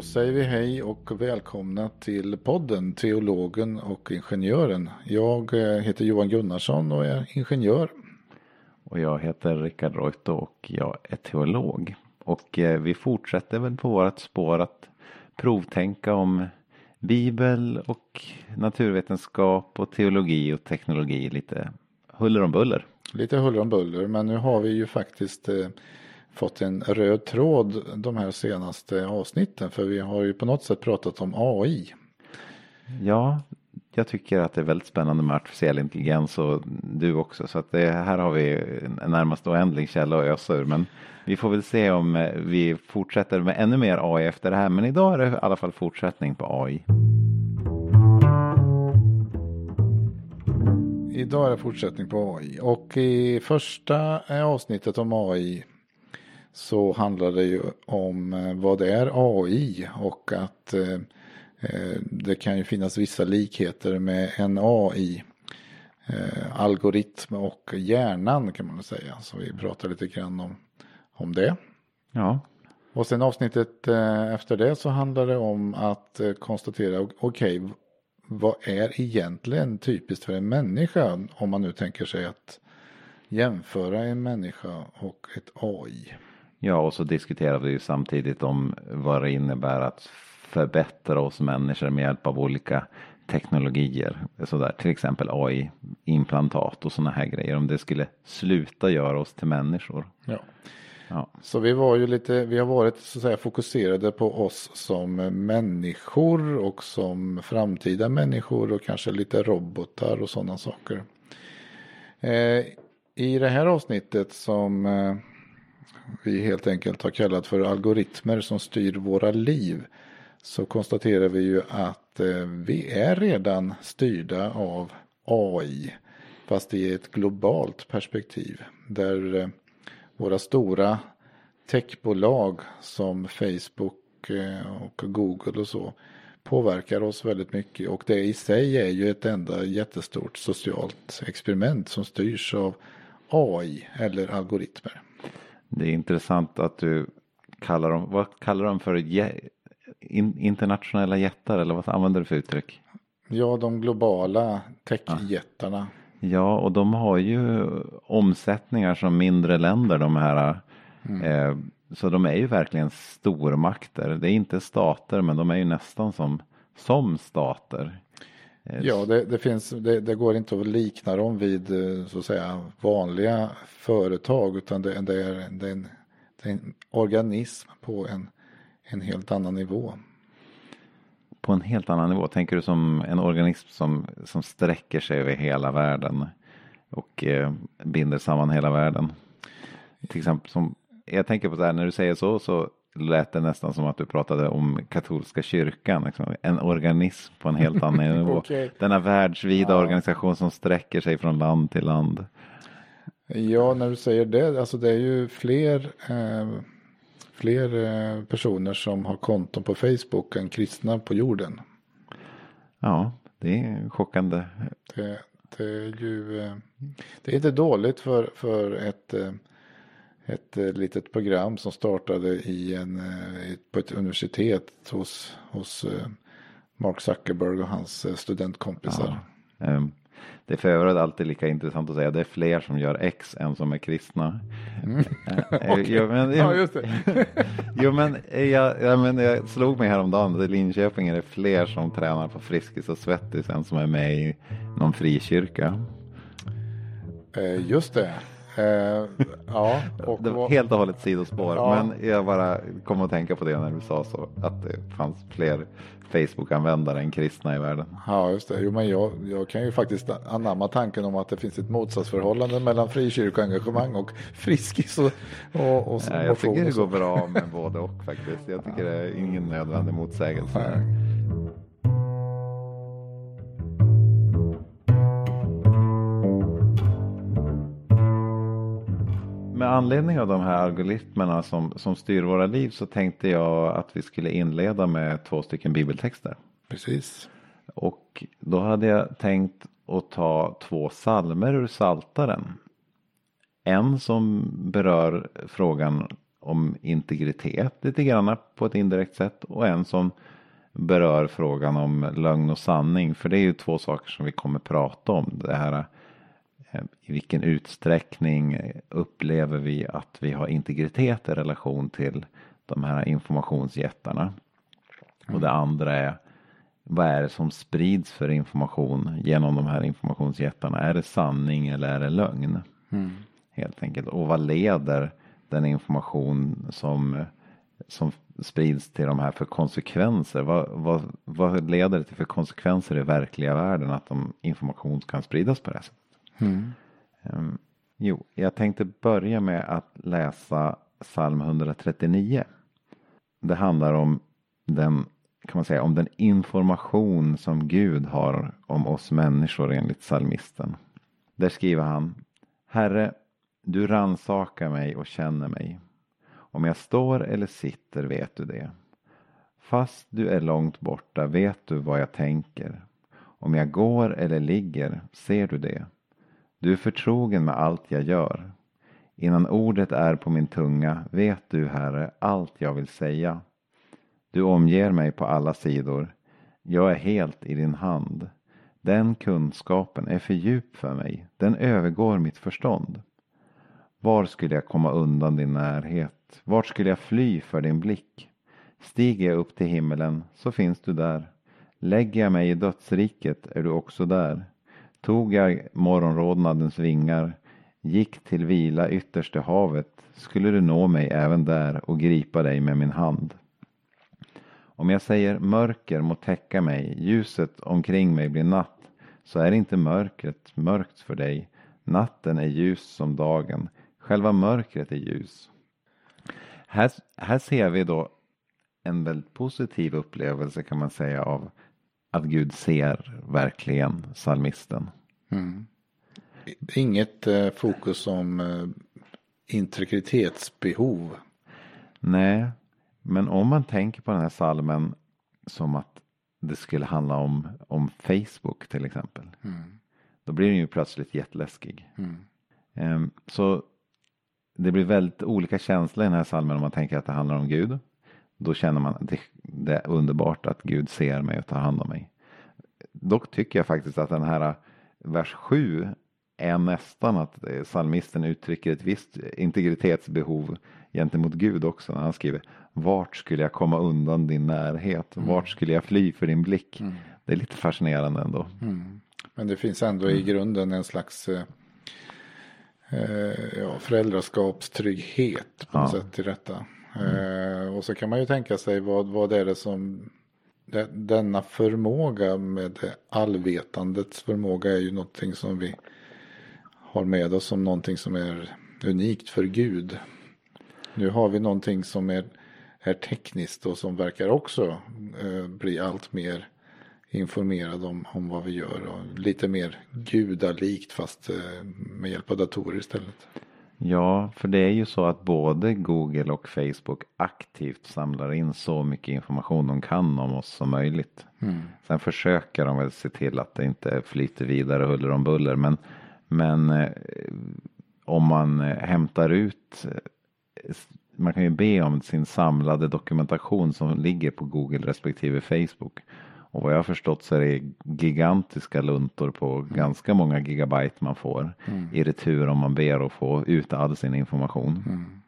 säger vi hej och välkomna till podden Teologen och Ingenjören. Jag heter Johan Gunnarsson och är ingenjör. Och jag heter Rickard Reuto och jag är teolog. Och vi fortsätter väl på vårt spår att provtänka om Bibel och naturvetenskap och teologi och teknologi. Lite huller om buller. Lite huller om buller, men nu har vi ju faktiskt fått en röd tråd de här senaste avsnitten. För vi har ju på något sätt pratat om AI. Ja, jag tycker att det är väldigt spännande med artificiell intelligens och du också. Så att här har vi en närmast oändlig källa att ösa ur. Men vi får väl se om vi fortsätter med ännu mer AI efter det här. Men idag är det i alla fall fortsättning på AI. Idag är det fortsättning på AI. Och i första avsnittet om AI så handlar det ju om vad det är AI och att det kan ju finnas vissa likheter med en AI, algoritm och hjärnan kan man säga. Så vi pratar lite grann om det. Ja. Och sen avsnittet efter det så handlar det om att konstatera, okej, vad är egentligen typiskt för en människa om man nu tänker sig att jämföra en människa och ett AI. Ja, och så diskuterade vi ju samtidigt om vad det innebär att förbättra oss människor med hjälp av olika teknologier. Sådär, till exempel AI-implantat och sådana här grejer. Om det skulle sluta göra oss till människor. Ja. Ja. Så vi har varit så att säga fokuserade på oss som människor och som framtida människor och kanske lite robotar och sådana saker. I det här avsnittet som vi helt enkelt har kallat för algoritmer som styr våra liv, så konstaterar vi ju att vi är redan styrda av AI, fast i ett globalt perspektiv där våra stora techbolag som Facebook och Google och så påverkar oss väldigt mycket, och det i sig är ju ett enda jättestort socialt experiment som styrs av AI eller algoritmer. Det är intressant att du vad kallar de för internationella jättar, eller vad använder du för uttryck? Ja, de globala techjättarna. Ja, och de har ju omsättningar som mindre länder, de här. Så de är ju verkligen stormakter. Det är inte stater, men de är ju nästan som stater. Ja, det går inte att likna dem vid så att säga vanliga företag, utan det är en organism på en helt annan nivå. På en helt annan nivå. Tänker du som en organism som sträcker sig över hela världen och binder samman hela världen? Till exempel jag tänker på så här, när du säger så lät det nästan som att du pratade om katolska kyrkan. Liksom. En organism på en helt annan nivå. Okay. Denna världsvida organisation som sträcker sig från land till land. Ja, när du säger det, alltså det är ju fler personer som har konton på Facebook än kristna på jorden. Ja, det är chockande. Det är ju det är inte dåligt för ett litet program som startade på ett universitet hos Mark Zuckerberg och hans studentkompisar. Ja, det är för övrigt alltid lika intressant att säga. Det är fler som gör X än som är kristna. Ja, just det. Jag slog mig häromdagen. I Linköping är det fler som tränar på Friskis och Svettis än som är med i någon frikyrka. Just det. Ja, det var helt och hållet sidospår. Ja. Men jag bara kom att tänka på det när du sa så. Att det fanns fler Facebook-användare än kristna i världen. Ja, just det. Jo, men jag kan ju faktiskt anamma tanken om att det finns ett motsatsförhållande mellan frikyrkoengagemang och Friskis och Nej, jag tycker det går bra med både och faktiskt. Jag tycker det är ingen nödvändig motsägelse. Nej. Med anledning av de här algoritmerna som styr våra liv så tänkte jag att vi skulle inleda med 2 stycken bibeltexter. Precis. Och då hade jag tänkt att ta 2 psalmer ur Psaltaren. En som berör frågan om integritet lite grann på ett indirekt sätt. Och en som berör frågan om lögn och sanning. För det är ju 2 saker som vi kommer prata om. Det här, i vilken utsträckning upplever vi att vi har integritet i relation till de här informationsjättarna. Och det andra är, vad är det som sprids för information genom de här informationsjättarna? Är det sanning eller är det lögn? Helt enkelt. Och vad leder den information som sprids till de här för konsekvenser? Vad leder det till för konsekvenser i verkliga världen att information kan spridas på det här sättet? Jag tänkte börja med att läsa psalm 139. Det handlar om den information som Gud har om oss människor enligt psalmisten. Där skriver han: Herre, du rannsakar mig och känner mig. Om jag står eller sitter vet du det. Fast du är långt borta vet du vad jag tänker. Om jag går eller ligger ser du det. Du är förtrogen med allt jag gör. Innan ordet är på min tunga vet du, Herre, allt jag vill säga. Du omger mig på alla sidor. Jag är helt i din hand. Den kunskapen är för djup för mig. Den övergår mitt förstånd. Var skulle jag komma undan din närhet? Vart skulle jag fly för din blick? Stiger jag upp till himmelen så finns du där. Lägger jag mig i dödsriket är du också där. Tog jag morgonrodnadens vingar, gick till vila ytterst i havet, skulle du nå mig även där och gripa dig med min hand. Om jag säger mörker må täcka mig, ljuset omkring mig blir natt, så är inte mörkret mörkt för dig. Natten är ljus som dagen, själva mörkret är ljus. Här ser vi då en väldigt positiv upplevelse, kan man säga, av att Gud ser verkligen psalmisten. Inget fokus om integritetsbehov. Nej, men om man tänker på den här psalmen som att det skulle handla om Facebook till exempel. Då blir den ju plötsligt jätteläskig. Så det blir väldigt olika känslor i den här psalmen om man tänker att det handlar om Gud. Då känner man att det är underbart att Gud ser mig och tar hand om mig. Dock tycker jag faktiskt att den här vers 7 är nästan att psalmisten uttrycker ett visst integritetsbehov gentemot Gud också. När han skriver: vart skulle jag komma undan din närhet? Vart skulle jag fly för din blick? Det är lite fascinerande ändå. Men det finns ändå i grunden en slags föräldraskapstrygghet på något sätt i detta. Och så kan man ju tänka sig vad är det som denna förmåga med allvetandets förmåga är ju någonting som vi har med oss som någonting som är unikt för Gud. Nu har vi någonting som är tekniskt och som verkar också bli allt mer informerad om vad vi gör och lite mer gudalikt fast med hjälp av datorer istället. Ja, för det är ju så att både Google och Facebook aktivt samlar in så mycket information de kan om oss som möjligt. Sen försöker de väl se till att det inte flyter vidare huller om buller. Men om man hämtar ut, man kan ju be om sin samlade dokumentation som ligger på Google respektive Facebook. Och vad jag har förstått så är det gigantiska luntor på ganska många gigabyte man får i retur om man ber att få ut all sin information.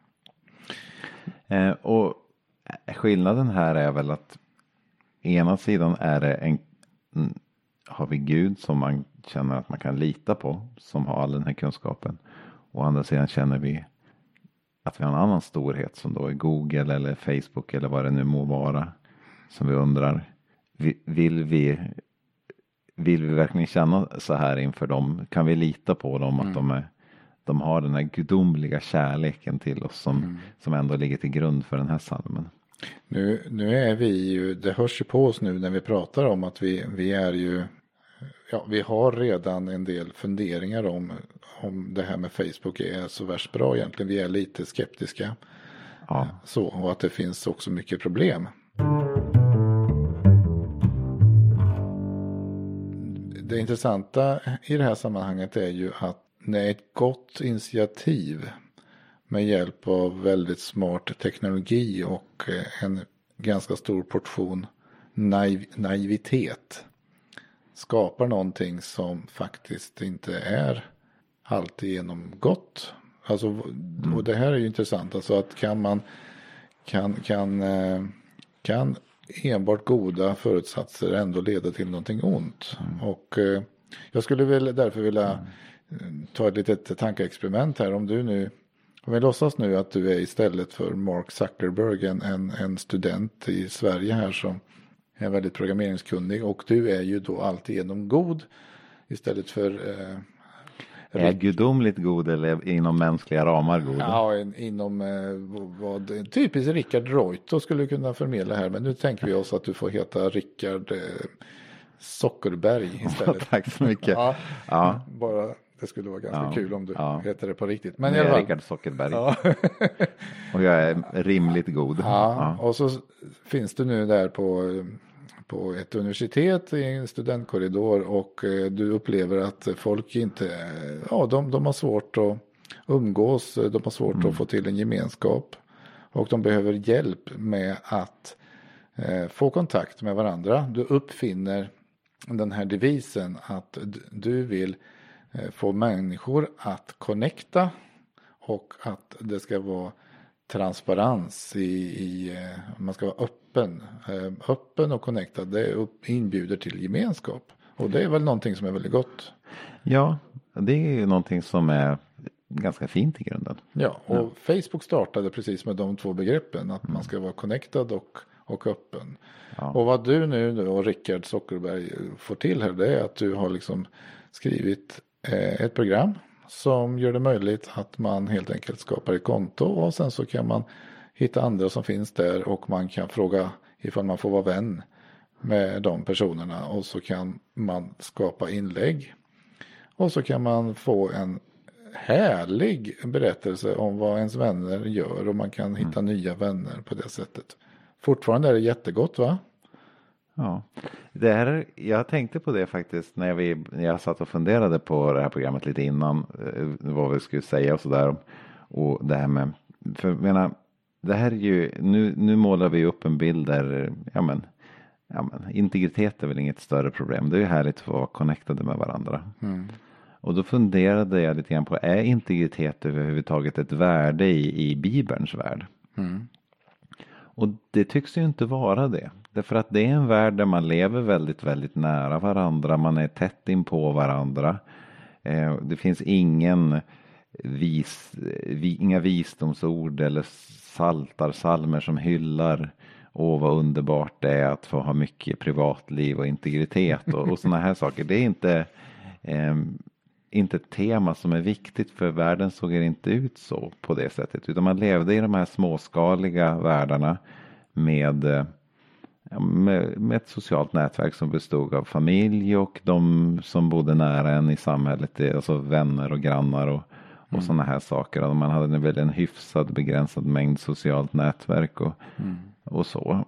Och skillnaden här är väl att ena sidan är det har vi Gud som man känner att man kan lita på, som har all den här kunskapen. Och å andra sidan känner vi att vi har en annan storhet som då är Google eller Facebook eller vad det nu må vara, som vi undrar. Vill vi verkligen känna så här inför dem? Kan vi lita på dem att de har den här gudomliga kärleken till oss som ändå ligger till grund för den här psalmen? Nu är vi ju, det hörs ju på oss nu när vi pratar om att vi är ju, vi har redan en del funderingar om det här med Facebook är så värst bra egentligen. Vi är lite skeptiska. Ja. Så, och att det finns också mycket problem. Det intressanta i det här sammanhanget är ju att när ett gott initiativ med hjälp av väldigt smart teknologi och en ganska stor portion naivitet skapar någonting som faktiskt inte är alltigenom gott. Alltså, och det här är ju intressant, alltså att kan enbart goda förutsatser ändå leda till någonting ont. Och jag skulle väl därför vilja ta ett litet tankeexperiment här. Om vi låtsas nu att du är istället för Mark Zuckerberg en student i Sverige här som är väldigt programmeringskunnig, och du är ju då alltigenom god istället för är gudomligt god eller inom mänskliga ramar god? Ja, inom vad typiskt Rickard Reuter skulle kunna förmedla här, men nu tänker vi oss att du får heta Rickard Zuckerberg istället. Tack så mycket. Ja. Bara, det skulle vara ganska kul om du heter det på riktigt. Men jag är Rickard Zuckerberg. Ja. Och jag är rimligt god. Ja, och så finns du nu där på ett universitet i en studentkorridor, och du upplever att folk inte, de har svårt att umgås, de har svårt att få till en gemenskap, och de behöver hjälp med att få kontakt med varandra. Du uppfinner den här devisen att du vill få människor att connecta, och att det ska vara transparens man ska vara öppen och connectad. Det inbjuder till gemenskap, och det är väl någonting som är väldigt gott. Ja, det är ju någonting som är ganska fint i grunden. Ja, och Facebook startade precis med de två begreppen, att man ska vara connectad och öppen. Ja. Och vad du nu och Rickard Zuckerberg får till här, det är att du har liksom skrivit ett program som gör det möjligt att man helt enkelt skapar ett konto, och sen så kan man hitta andra som finns där, och man kan fråga ifall man får vara vän med de personerna, och så kan man skapa inlägg, och så kan man få en härlig berättelse om vad ens vänner gör, och man kan hitta nya vänner på det sättet. Fortfarande är det jättegott, va? Ja, jag tänkte på det faktiskt när jag satt och funderade på det här programmet lite innan, vad vi skulle säga och sådär. Och det här med, för jag menar, det här är ju, nu målar vi upp en bild där, integritet är väl inget större problem. Det är ju härligt att få vara connectade med varandra. Och då funderade jag lite grann på, är integritet överhuvudtaget ett värde i Bibelns värld? Och det tycks ju inte vara det. Därför att det är en värld där man lever väldigt, väldigt nära varandra. Man är tätt in på varandra. Det finns inga visdomsord eller salmer som hyllar vad underbart det är att få ha mycket privatliv och integritet och sådana här saker. Det är inte ett tema som är viktigt, för världen såg inte ut så på det sättet. Utan man levde i de här småskaliga världarna med ett socialt nätverk som bestod av familj och de som bodde nära en i samhället, alltså vänner och grannar och sådana här saker. Och man hade väl en hyfsad begränsad mängd socialt nätverk och så.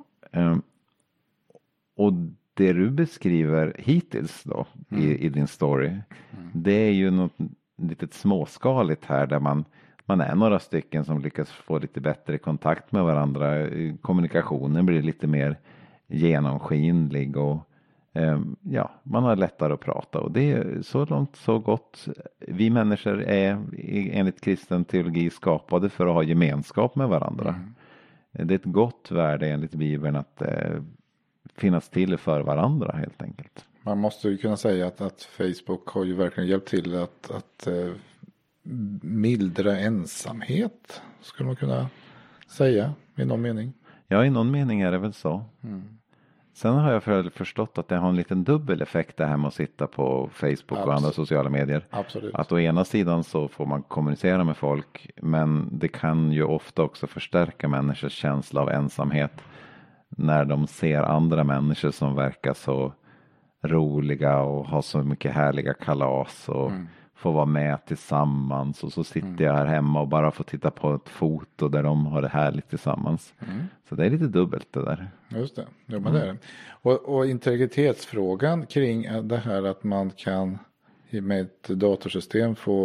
Och det du beskriver hittills då i din story, det är ju något litet småskaligt här där man är några stycken som lyckas få lite bättre kontakt med varandra. Kommunikationen blir lite mer genomskinlig och man har lättare att prata, och det är så långt så gott. Vi människor är enligt kristen teologi skapade för att ha gemenskap med varandra. Det är ett gott värde enligt Bibeln att finnas till för varandra helt enkelt. Man måste ju kunna säga att Facebook har ju verkligen hjälpt till att mildra ensamhet, skulle man kunna säga i någon mening. Ja, i någon mening är det väl så. Sen har jag förstått att det har en liten dubbel effekt det här med att sitta på Facebook och andra sociala medier. Absolut. Att å ena sidan så får man kommunicera med folk, men det kan ju ofta också förstärka människors känsla av ensamhet när de ser andra människor som verkar så roliga och har så mycket härliga kalas och får vara med tillsammans, och så sitter jag här hemma och bara får titta på ett foto där de har det härligt tillsammans. Så det är lite dubbelt det där. Just det, ja, men det är det. Och integritetsfrågan kring det här att man kan med ett datorsystem få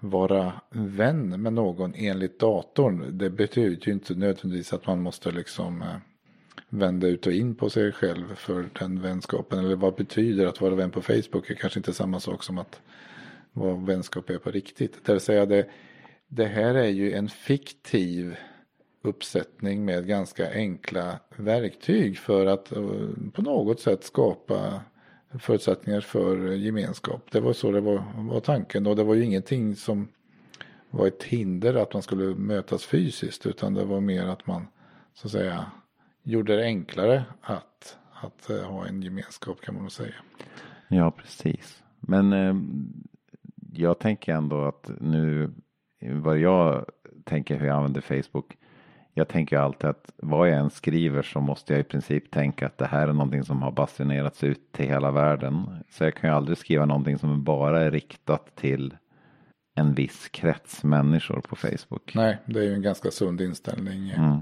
vara vän med någon enligt datorn. Det betyder ju inte nödvändigtvis att man måste liksom vända ut och in på sig själv för den vänskapen. Eller vad betyder att vara vän på Facebook är kanske inte samma sak som att vad vänskap är på riktigt. Det vill säga det här är ju en fiktiv uppsättning med ganska enkla verktyg för att på något sätt skapa förutsättningar för gemenskap. Det var så det var tanken, och det var ju ingenting som var ett hinder att man skulle mötas fysiskt, utan det var mer att man så att säga gjorde det enklare att ha en gemenskap, kan man väl säga. Ja, precis. Men jag tänker ändå att nu, vad jag tänker hur jag använder Facebook, jag tänker alltid att vad jag än skriver så måste jag i princip tänka att det här är någonting som har basunerats ut till hela världen. Så jag kan ju aldrig skriva någonting som bara är riktat till en viss krets människor på Facebook. Nej, det är ju en ganska sund inställning. Mm.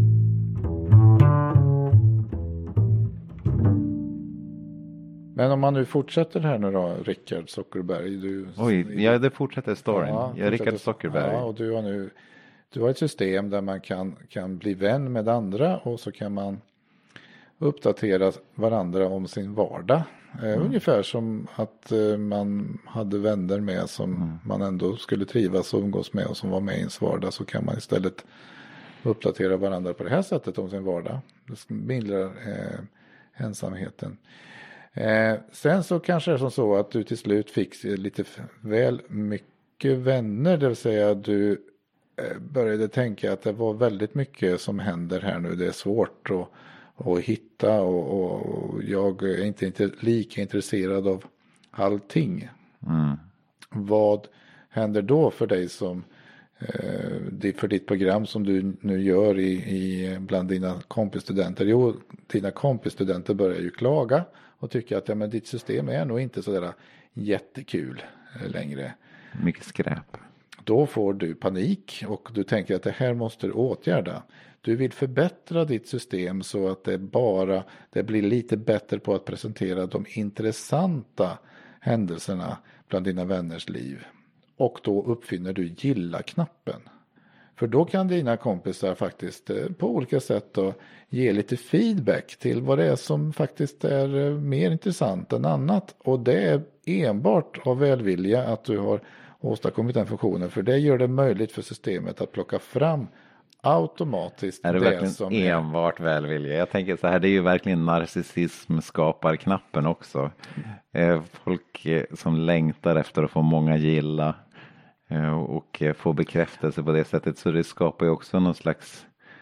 Men om man nu fortsätter här nu då, Rickard Zuckerberg. Det fortsätter storyn. Ja, jag är Rickard Zuckerberg. Ja, och du har ett system där man kan bli vän med andra, och så kan man uppdatera varandra om sin vardag. Ungefär som att man hade vänner med som man ändå skulle trivas och umgås med och som var med i ens vardag, så kan man istället uppdatera varandra på det här sättet om sin vardag. Det mildrar ensamheten. Sen så kanske det är som så att du till slut fick lite väl mycket vänner, det vill säga du började tänka att det var väldigt mycket som händer här nu. Det är svårt att hitta, och jag är inte lika intresserad av allting. Vad händer då för dig som för ditt program som du nu gör bland dina kompisstudenter? Jo, dina kompisstudenter börjar ju klaga och tycker att men ditt system är nog inte så där jättekul längre. Mycket skräp. Då får du panik och du tänker att det här måste du åtgärda. Du vill förbättra ditt system så att det blir lite bättre på att presentera de intressanta händelserna bland dina vänners liv. Och då uppfinner du gilla-knappen. För då kan dina kompisar faktiskt på olika sätt då ge lite feedback till vad det är som faktiskt är mer intressant än annat. Och det är enbart av välvilja att du har åstadkommit den funktionen. För det gör det möjligt för systemet att plocka fram automatiskt är det verkligen som enbart välvilja? Jag tänker så här, det är ju verkligen narcissism skapar knappen också. Folk som längtar efter att få många gilla och få bekräftelse på det sättet, så det skapar ju också någon slags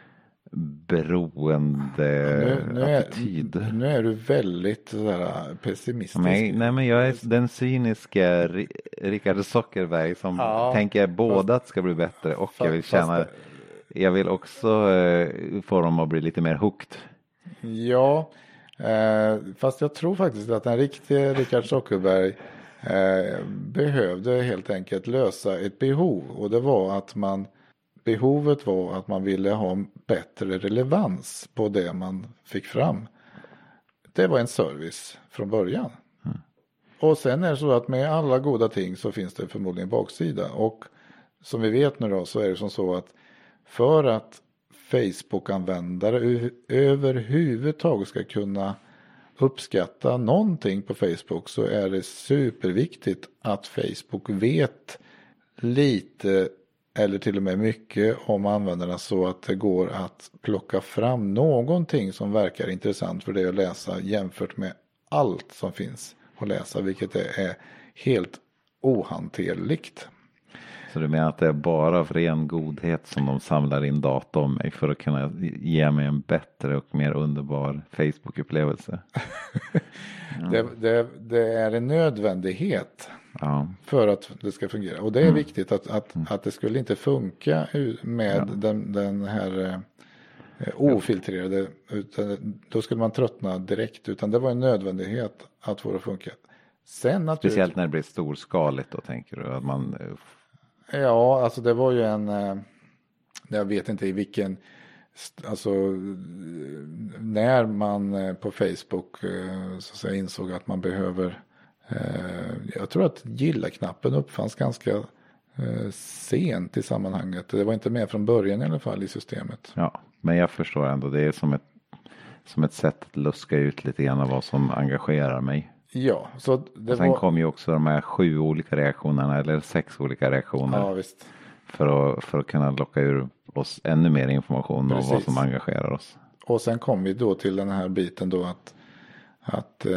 beroende attityd. Nu är du väldigt sådär pessimistisk. Nej, men jag är den cyniska Rickard Zuckerberg som tänker både att det ska bli bättre och jag vill också få dem att bli lite mer hooked. Ja, fast jag tror faktiskt att den riktiga Rickard Zuckerberg behövde helt enkelt lösa ett behov. Och det var behovet var att man ville ha bättre relevans på det man fick fram. Det var en service från början. Och sen är det så att med alla goda ting så finns det förmodligen baksida. Och som vi vet nu då, så är det som så att för att Facebook-användare överhuvudtaget ska kunna uppskatta någonting på Facebook, så är det superviktigt att Facebook vet lite eller till och med mycket om användarna, så att det går att plocka fram någonting som verkar intressant för dig att läsa jämfört med allt som finns att läsa, vilket är helt ohanterligt. Så du menar att det är bara av ren godhet som de samlar in data om mig för att kunna ge mig en bättre och mer underbar Facebook-upplevelse? Det är en nödvändighet för att det ska fungera. Och det är viktigt att det skulle inte funka med den här ofiltrerade, utan då skulle man tröttna direkt, utan det var en nödvändighet att få det att funka. Speciellt när det blir storskaligt då, tänker du att man... Ja, alltså det var ju jag vet inte i vilken, alltså när man på Facebook så att säga insåg att man behöver, jag tror att gilla-knappen uppfanns ganska sent i sammanhanget. Det var inte med från början i alla fall i systemet. Ja, men jag förstår ändå. Det är som ett sätt att luska ut lite grann av vad som engagerar mig. Ja, så och sen kom ju också de här 7 olika reaktionerna eller 6 olika reaktioner. Ja, visst. För att kunna locka ur oss ännu mer information om vad som engagerar oss. Och sen kom vi då till den här biten då att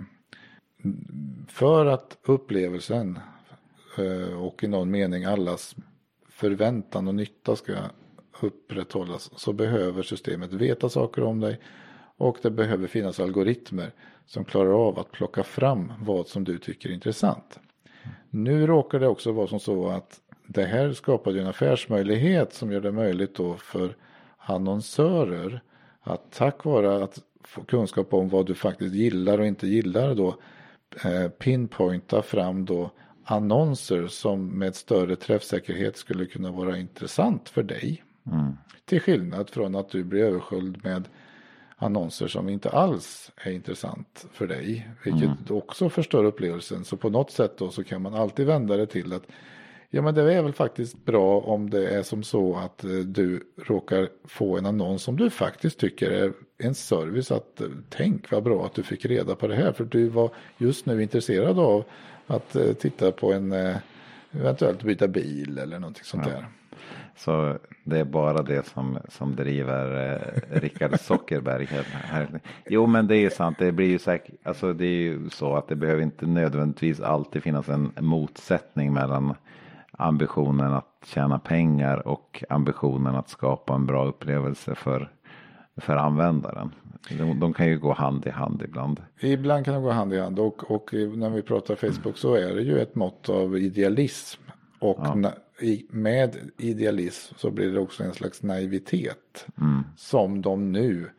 för att upplevelsen och i någon mening allas förväntan och nytta ska upprätthållas så behöver systemet veta saker om dig och det behöver finnas algoritmer som klarar av att plocka fram vad som du tycker är intressant. Nu råkar det också vara som så att det här skapar ju en affärsmöjlighet som gör det möjligt då för annonsörer att tack vare att få kunskap om vad du faktiskt gillar och inte gillar då pinpointa fram då annonser som med större träffsäkerhet skulle kunna vara intressant för dig. Till skillnad från att du blir översköljd med annonser som inte alls är intressant för dig. Vilket också förstör upplevelsen. Så på något sätt då så kan man alltid vända det till att ja men det är väl faktiskt bra om det är som så att du råkar få en annons som du faktiskt tycker är en service att tänk vad bra att du fick reda på det här för du var just nu intresserad av att titta på en eventuellt byta bil eller någonting sånt där. Så det är bara det som driver Rickard Zuckerberg här. Jo men det är ju sant, det blir ju säkert, alltså det är ju så att det behöver inte nödvändigtvis alltid finnas en motsättning mellan ambitionen att tjäna pengar och ambitionen att skapa en bra upplevelse för användaren. De kan ju gå hand i hand ibland. Ibland kan de gå hand i hand och när vi pratar Facebook så är det ju ett mått av idealism och med idealism så blir det också en slags naivitet som de nu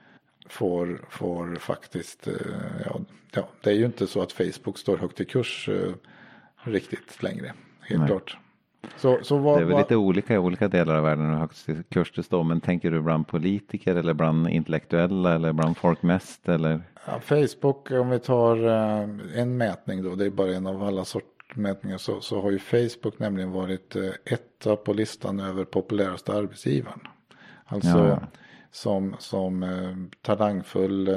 får faktiskt, det är ju inte så att Facebook står högt i kurs riktigt längre, helt klart. Så det är väl lite olika i olika delar av världen hur högt i kurs det står, men tänker du bland politiker eller bland intellektuella eller bland folk mest eller? Ja, Facebook, om vi tar en mätning då, det är bara en av alla sorter mätningar så har ju Facebook nämligen varit etta på listan över populäraste arbetsgivaren. Alltså som talangfull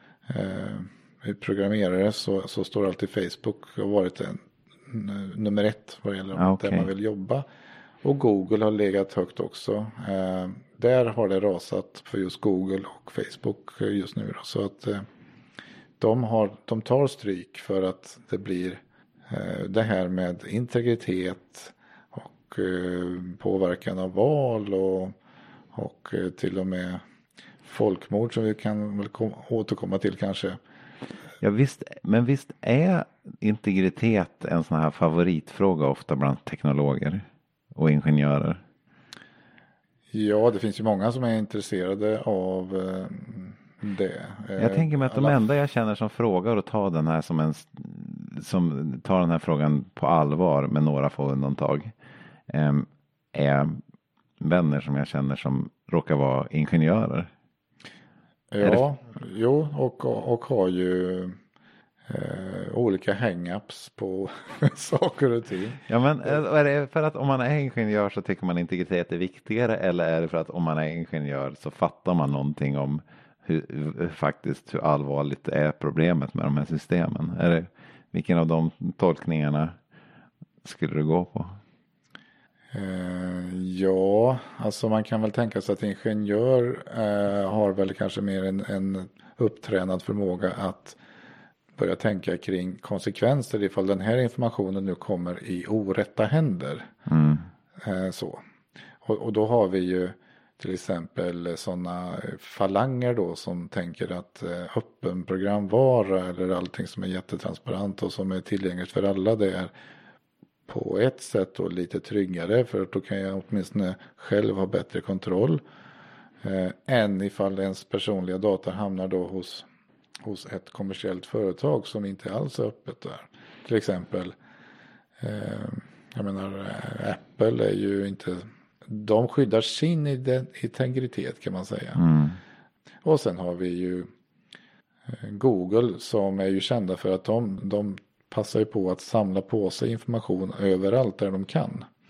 programmerare så står alltid Facebook och har varit nummer 1 vad gäller där man vill jobba. Och Google har legat högt också. Där har det rasat för just Google och Facebook just nu då. Så att de tar stryk för att det blir det här med integritet och påverkan av val och till och med folkmord som vi kan väl återkomma till kanske. Ja visst, men visst är integritet en sån här favoritfråga ofta bland teknologer och ingenjörer? Ja, det finns ju många som är intresserade av det. Jag tänker mig att de enda jag känner som frågar och tar den här som tar den här frågan på allvar med några få undantag är vänner som jag känner som råkar vara ingenjörer. Ja, jo och har ju olika hang-ups på saker och ting. Ja, men är det för att om man är ingenjör så tycker man integritet är viktigare eller är det för att om man är ingenjör så fattar man någonting om hur allvarligt är problemet med de här systemen? Vilken av de tolkningarna skulle du gå på? Ja, alltså man kan väl tänka sig att ingenjör har väl kanske mer en upptränad förmåga att börja tänka kring konsekvenser ifall den här informationen nu kommer i orätta händer. Så. Och då har vi ju till exempel sådana falanger då som tänker att öppen programvara eller allting som är jättetransparent och som är tillgängligt för alla det är på ett sätt då lite tryggare för att då kan jag åtminstone själv ha bättre kontroll än ifall ens personliga data hamnar då hos ett kommersiellt företag som inte alls är öppet där. Till exempel, jag menar Apple är ju inte, de skyddar sin integritet kan man säga. Och sen har vi ju Google som är ju kända för att de passar ju på att samla på sig information överallt där de kan.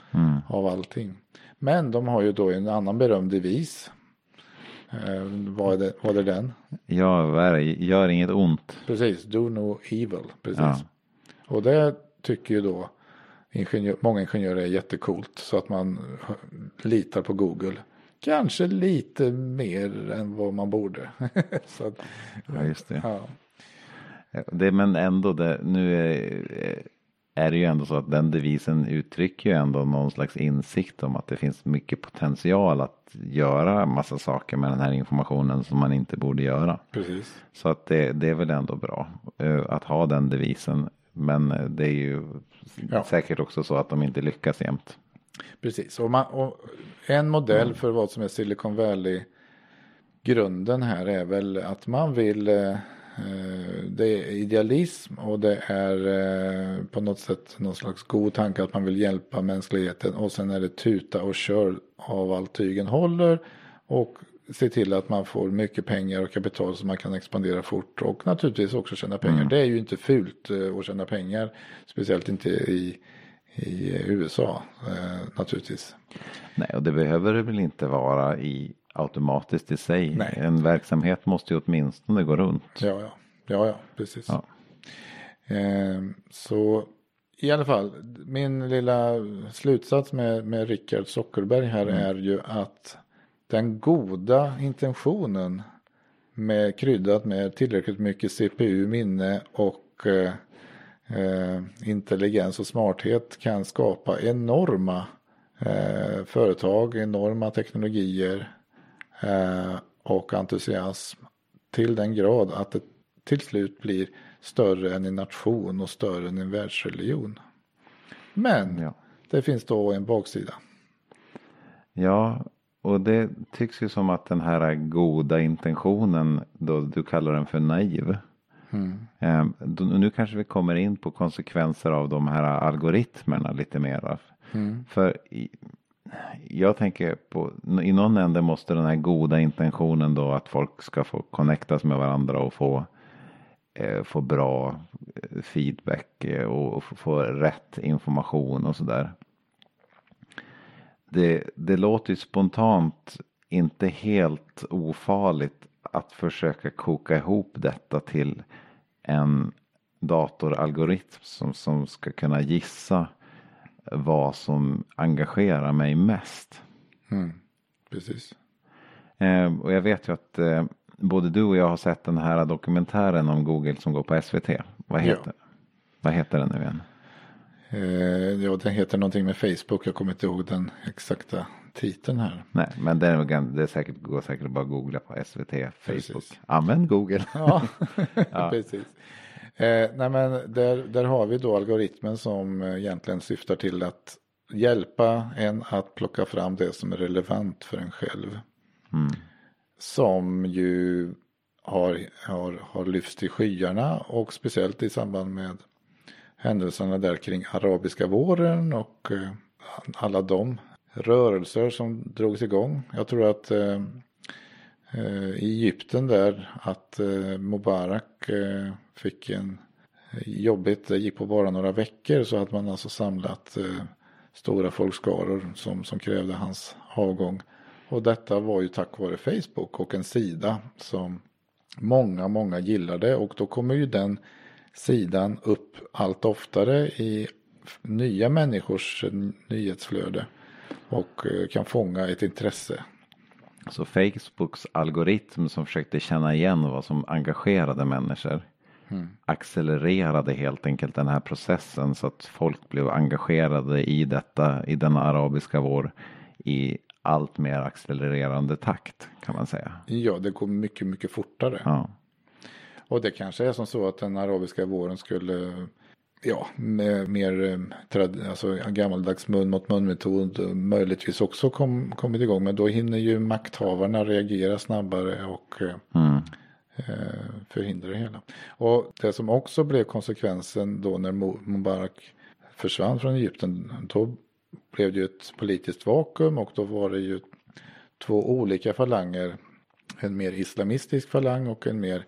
av allting. Men de har ju då en annan berömd devis. Vad är den? Ja, gör inget ont. Precis, do no evil. Precis. Ja. Och det tycker ju då många ingenjörer är jättecoolt, så att man litar på Google. Kanske lite mer än vad man borde. Så att, Ja, just det. ja. Men ändå, nu är det ju ändå så att den devisen uttrycker ju ändå någon slags insikt om att det finns mycket potential att göra massa saker med den här informationen som man inte borde göra. Precis. Så att det är väl ändå bra att ha den devisen. Men det är ju säkert också så att de inte lyckas jämt. Precis. Och en modell för vad som är Silicon Valley, grunden här är väl att man vill, det är idealism och det är på något sätt någon slags god tanke att man vill hjälpa mänskligheten, och sen är det tuta och kör av allt tygen håller och se till att man får mycket pengar och kapital så man kan expandera fort och naturligtvis också tjäna pengar. Det är ju inte fult att tjäna pengar, speciellt inte i USA naturligtvis. Nej, och det behöver det väl inte vara automatiskt i sig. Nej. En verksamhet måste ju åtminstone gå runt. Ja, precis. Ja. Så i alla fall, min lilla slutsats med Rickard Zuckerberg här är ju att den goda intentionen kryddat med tillräckligt mycket CPU, minne och intelligens och smarthet kan skapa enorma företag, enorma teknologier och entusiasm till den grad att det till slut blir större än en nation och större än en världsreligion. Men det finns då en baksida. Ja, och det tycks ju som att den här goda intentionen, då du kallar den för naiv. Nu kanske vi kommer in på konsekvenser av de här algoritmerna lite mer. För jag tänker på, i någon ände måste den här goda intentionen då att folk ska få connectas med varandra och få bra feedback och få rätt information och sådär. Det låter ju spontant inte helt ofarligt att försöka koka ihop detta till en datoralgoritm som ska kunna gissa vad som engagerar mig mest. Precis. Och jag vet ju att både du och jag har sett den här dokumentären om Google som går på SVT. Vad heter den nu igen? Den heter någonting med Facebook. Jag kommer inte ihåg den exakta titeln här. Nej, men det går säkert bara att googla på SVT, Facebook. Precis. Använd Google. Ja. Precis. Nej, men där har vi då algoritmen som egentligen syftar till att hjälpa en att plocka fram det som är relevant för en själv. Som ju har lyfts till skyarna, och speciellt i samband med händelserna där kring arabiska våren och alla de rörelser som drogs igång. Jag tror att i Egypten där att Mubarak fick en jobbigt, det gick på bara några veckor, så att man alltså samlat stora folkskaror som krävde hans avgång. Och detta var ju tack vare Facebook och en sida som många gillade, och då kommer ju den sidan upp allt oftare i nya människors nyhetsflöde och kan fånga ett intresse. Så Facebooks algoritm som försökte känna igen vad som engagerade människor accelererade helt enkelt den här processen, så att folk blev engagerade i denna arabiska vår i allt mer accelererande takt, kan man säga. Ja, det går mycket fortare. Ja. Och det kanske är som så att den arabiska våren skulle, alltså gammaldags mun mot mun metod möjligtvis också kommit igång, men då hinner ju makthavarna reagera snabbare och förhindra det hela. Och det som också blev konsekvensen då när Mubarak försvann från Egypten, då blev det ju ett politiskt vakuum, och då var det ju två olika falanger, en mer islamistisk falang och en mer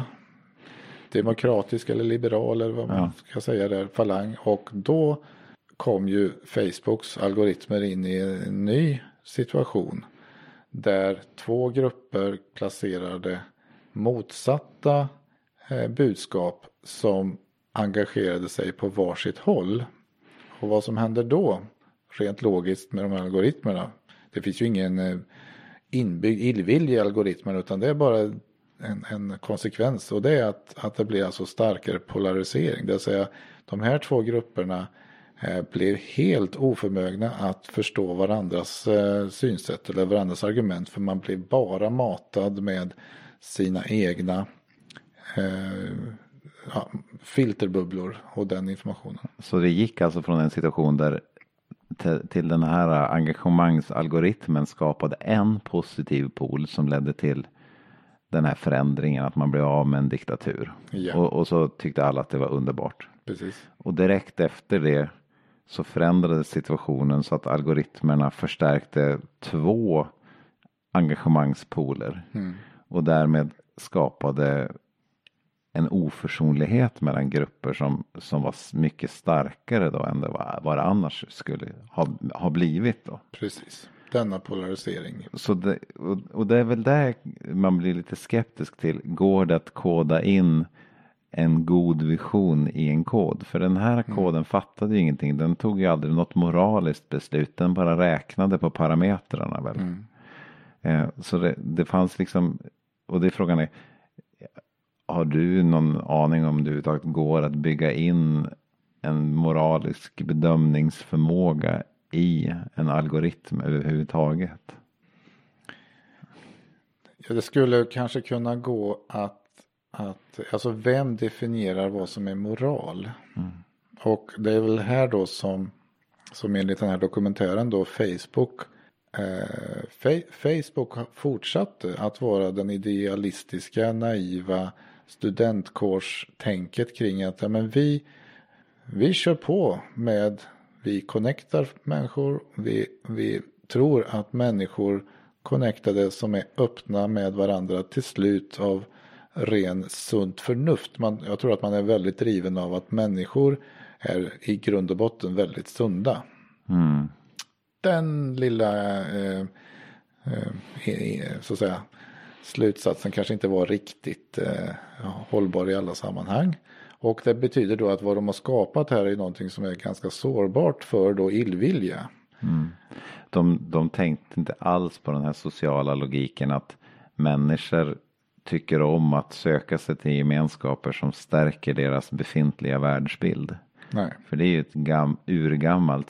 demokratisk eller liberal eller vad man ska säga där, falang. Och då kom ju Facebooks algoritmer in i en ny situation. Där 2 grupper placerade motsatta budskap som engagerade sig på varsitt håll. Och vad som händer då, rent logiskt med de här algoritmerna. Det finns ju ingen inbyggd illvilja i algoritmerna, utan det är bara en konsekvens. Och det är att det blir alltså starkare polarisering. Det vill säga de här 2 grupperna blev helt oförmögna att förstå varandras synsätt eller varandras argument. För man blev bara matad med sina egna filterbubblor och den informationen. Så det gick alltså från en situation där till den här engagemangsalgoritmen skapade en positiv pol som ledde till den här förändringen att man blev av med en diktatur. Ja. Och så tyckte alla att det var underbart. Precis. Och direkt efter det så förändrades situationen så att algoritmerna förstärkte 2 engagemangspoler. Och därmed skapade en oförsonlighet mellan grupper som var mycket starkare då än det vad det annars skulle ha blivit då. Precis, denna polarisering. Så det är väl där man blir lite skeptisk till. Går det att koda in en god vision i en kod? För den här koden fattade ju ingenting. Den tog ju aldrig något moraliskt beslut. Den bara räknade på parametrarna väl. Så det fanns liksom, och det är frågan är, har du någon aning om det överhuvudtaget går att bygga in en moralisk bedömningsförmåga i en algoritm överhuvudtaget? Ja, det skulle kanske kunna gå att alltså vem definierar vad som är moral? Och det är väl här då som enligt den här dokumentären då Facebook fortsatte att vara den idealistiska, naiva studentkårstänket kring att ja, men vi kör på med, vi connectar människor, vi tror att människor connectade som är öppna med varandra till slut av ren sunt förnuft. Jag tror att man är väldigt driven av att människor är i grund och botten väldigt sunda. Den lilla så att säga slutsatsen kanske inte var riktigt hållbar i alla sammanhang. Och det betyder då att vad de har skapat här är någonting som är ganska sårbart för då illvilja. De tänkte inte alls på den här sociala logiken att människor tycker om att söka sig till gemenskaper som stärker deras befintliga världsbild. Nej. För det är ju en urgammal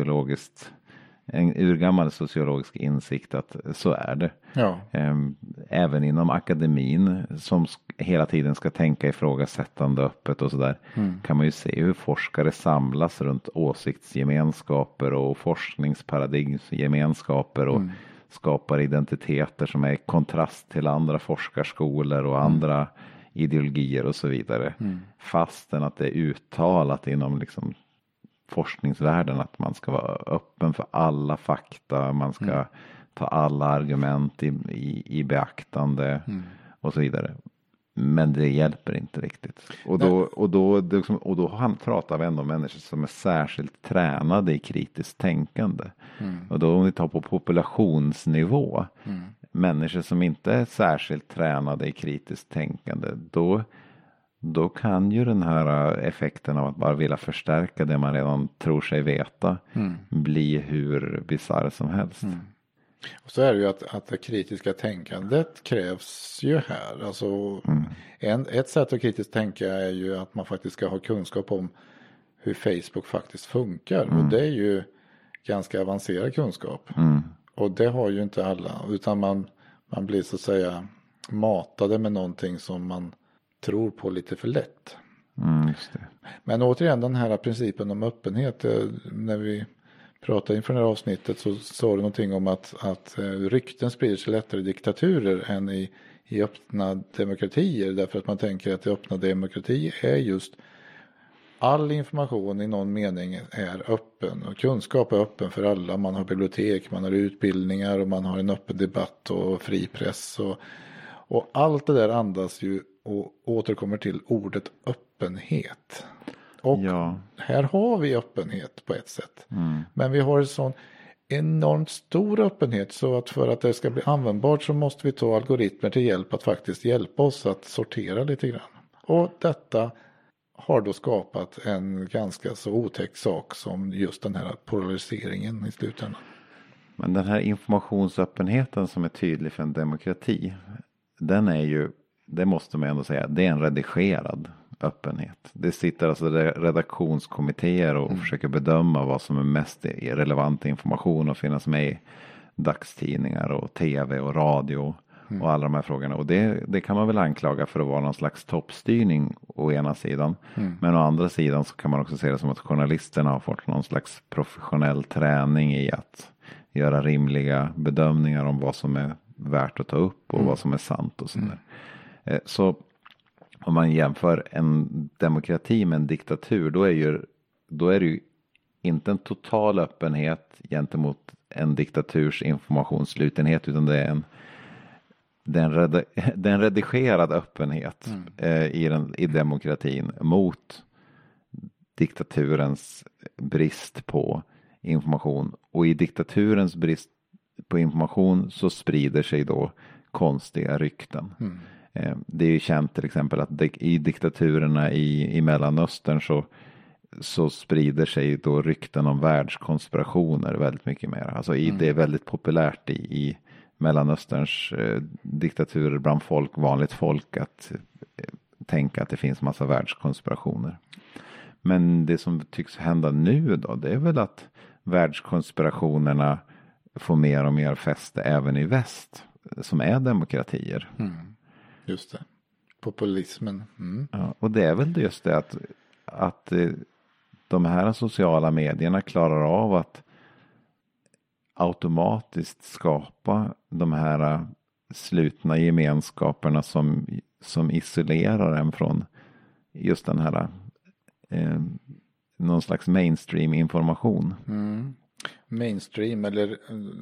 sociologisk insikt att så är det. Ja. Även inom akademin som hela tiden ska tänka ifrågasättande öppet och sådär kan man ju se hur forskare samlas runt åsiktsgemenskaper och forskningsparadigmsgemenskaper och skapar identiteter som är i kontrast till andra forskarskolor och andra ideologier och så vidare. Fastän att det är uttalat inom liksom forskningsvärlden att man ska vara öppen för alla fakta, man ska ta alla argument i beaktande och så vidare. Men det hjälper inte riktigt. Och då pratar vi ändå om människor som är särskilt tränade i kritiskt tänkande. Och då om vi tar på populationsnivå, människor som inte är särskilt tränade i kritiskt tänkande, då kan ju den här effekten av att bara vilja förstärka det man redan tror sig veta bli hur bisarr som helst. Och så är det ju att det kritiska tänkandet krävs ju här. Alltså, ett sätt att kritiskt tänka är ju att man faktiskt ska ha kunskap om hur Facebook faktiskt funkar. Och det är ju ganska avancerad kunskap. Och det har ju inte alla. Utan man blir så att säga matade med någonting som man tror på lite för lätt. Just det. Men återigen den här principen om öppenhet. När vi pratade inför det här avsnittet så sa du någonting om att rykten sprider sig lättare i diktaturer än i öppna demokratier. Därför att man tänker att i öppna demokrati är just all information i någon mening är öppen. Och kunskap är öppen för alla. Man har bibliotek, man har utbildningar och man har en öppen debatt och fri press. Och allt det där andas ju och återkommer till ordet öppenhet. Och här har vi öppenhet på ett sätt. Men vi har en sån enormt stor öppenhet så att för att det ska bli användbart så måste vi ta algoritmer till hjälp att faktiskt hjälpa oss att sortera lite grann. Och detta har då skapat en ganska så otäck sak som just den här polariseringen i slutändan. Men den här informationsöppenheten som är tydlig för en demokrati, den är ju, det måste man ändå säga, det är en redigerad öppenhet. Det sitter alltså redaktionskommittéer och försöker bedöma vad som är mest relevant information och finnas med i dagstidningar och tv och radio och alla de här frågorna. Och det kan man väl anklaga för att vara någon slags toppstyrning å ena sidan. Men å andra sidan så kan man också se det som att journalisterna har fått någon slags professionell träning i att göra rimliga bedömningar om vad som är värt att ta upp och vad som är sant och sådär. Så om man jämför en demokrati med en diktatur, då är det ju inte en total öppenhet gentemot en diktaturs informationsslutenhet, utan det är en redigerad öppenhet i demokratin mot diktaturens brist på information. Och i diktaturens brist på information så sprider sig då konstiga rykten. Det är ju känt till exempel att i diktaturerna i Mellanöstern så sprider sig då rykten om världskonspirationer väldigt mycket mer. Alltså det är väldigt populärt i Mellanösterns diktaturer bland vanligt folk att tänka att det finns massa världskonspirationer. Men det som tycks hända nu då, det är väl att världskonspirationerna får mer och mer fäste även i väst som är demokratier. Just det. Populismen. Ja, och det är väl just det att de här sociala medierna klarar av att automatiskt skapa de här slutna gemenskaperna som isolerar en från just den här någon slags mainstream information. Mainstream eller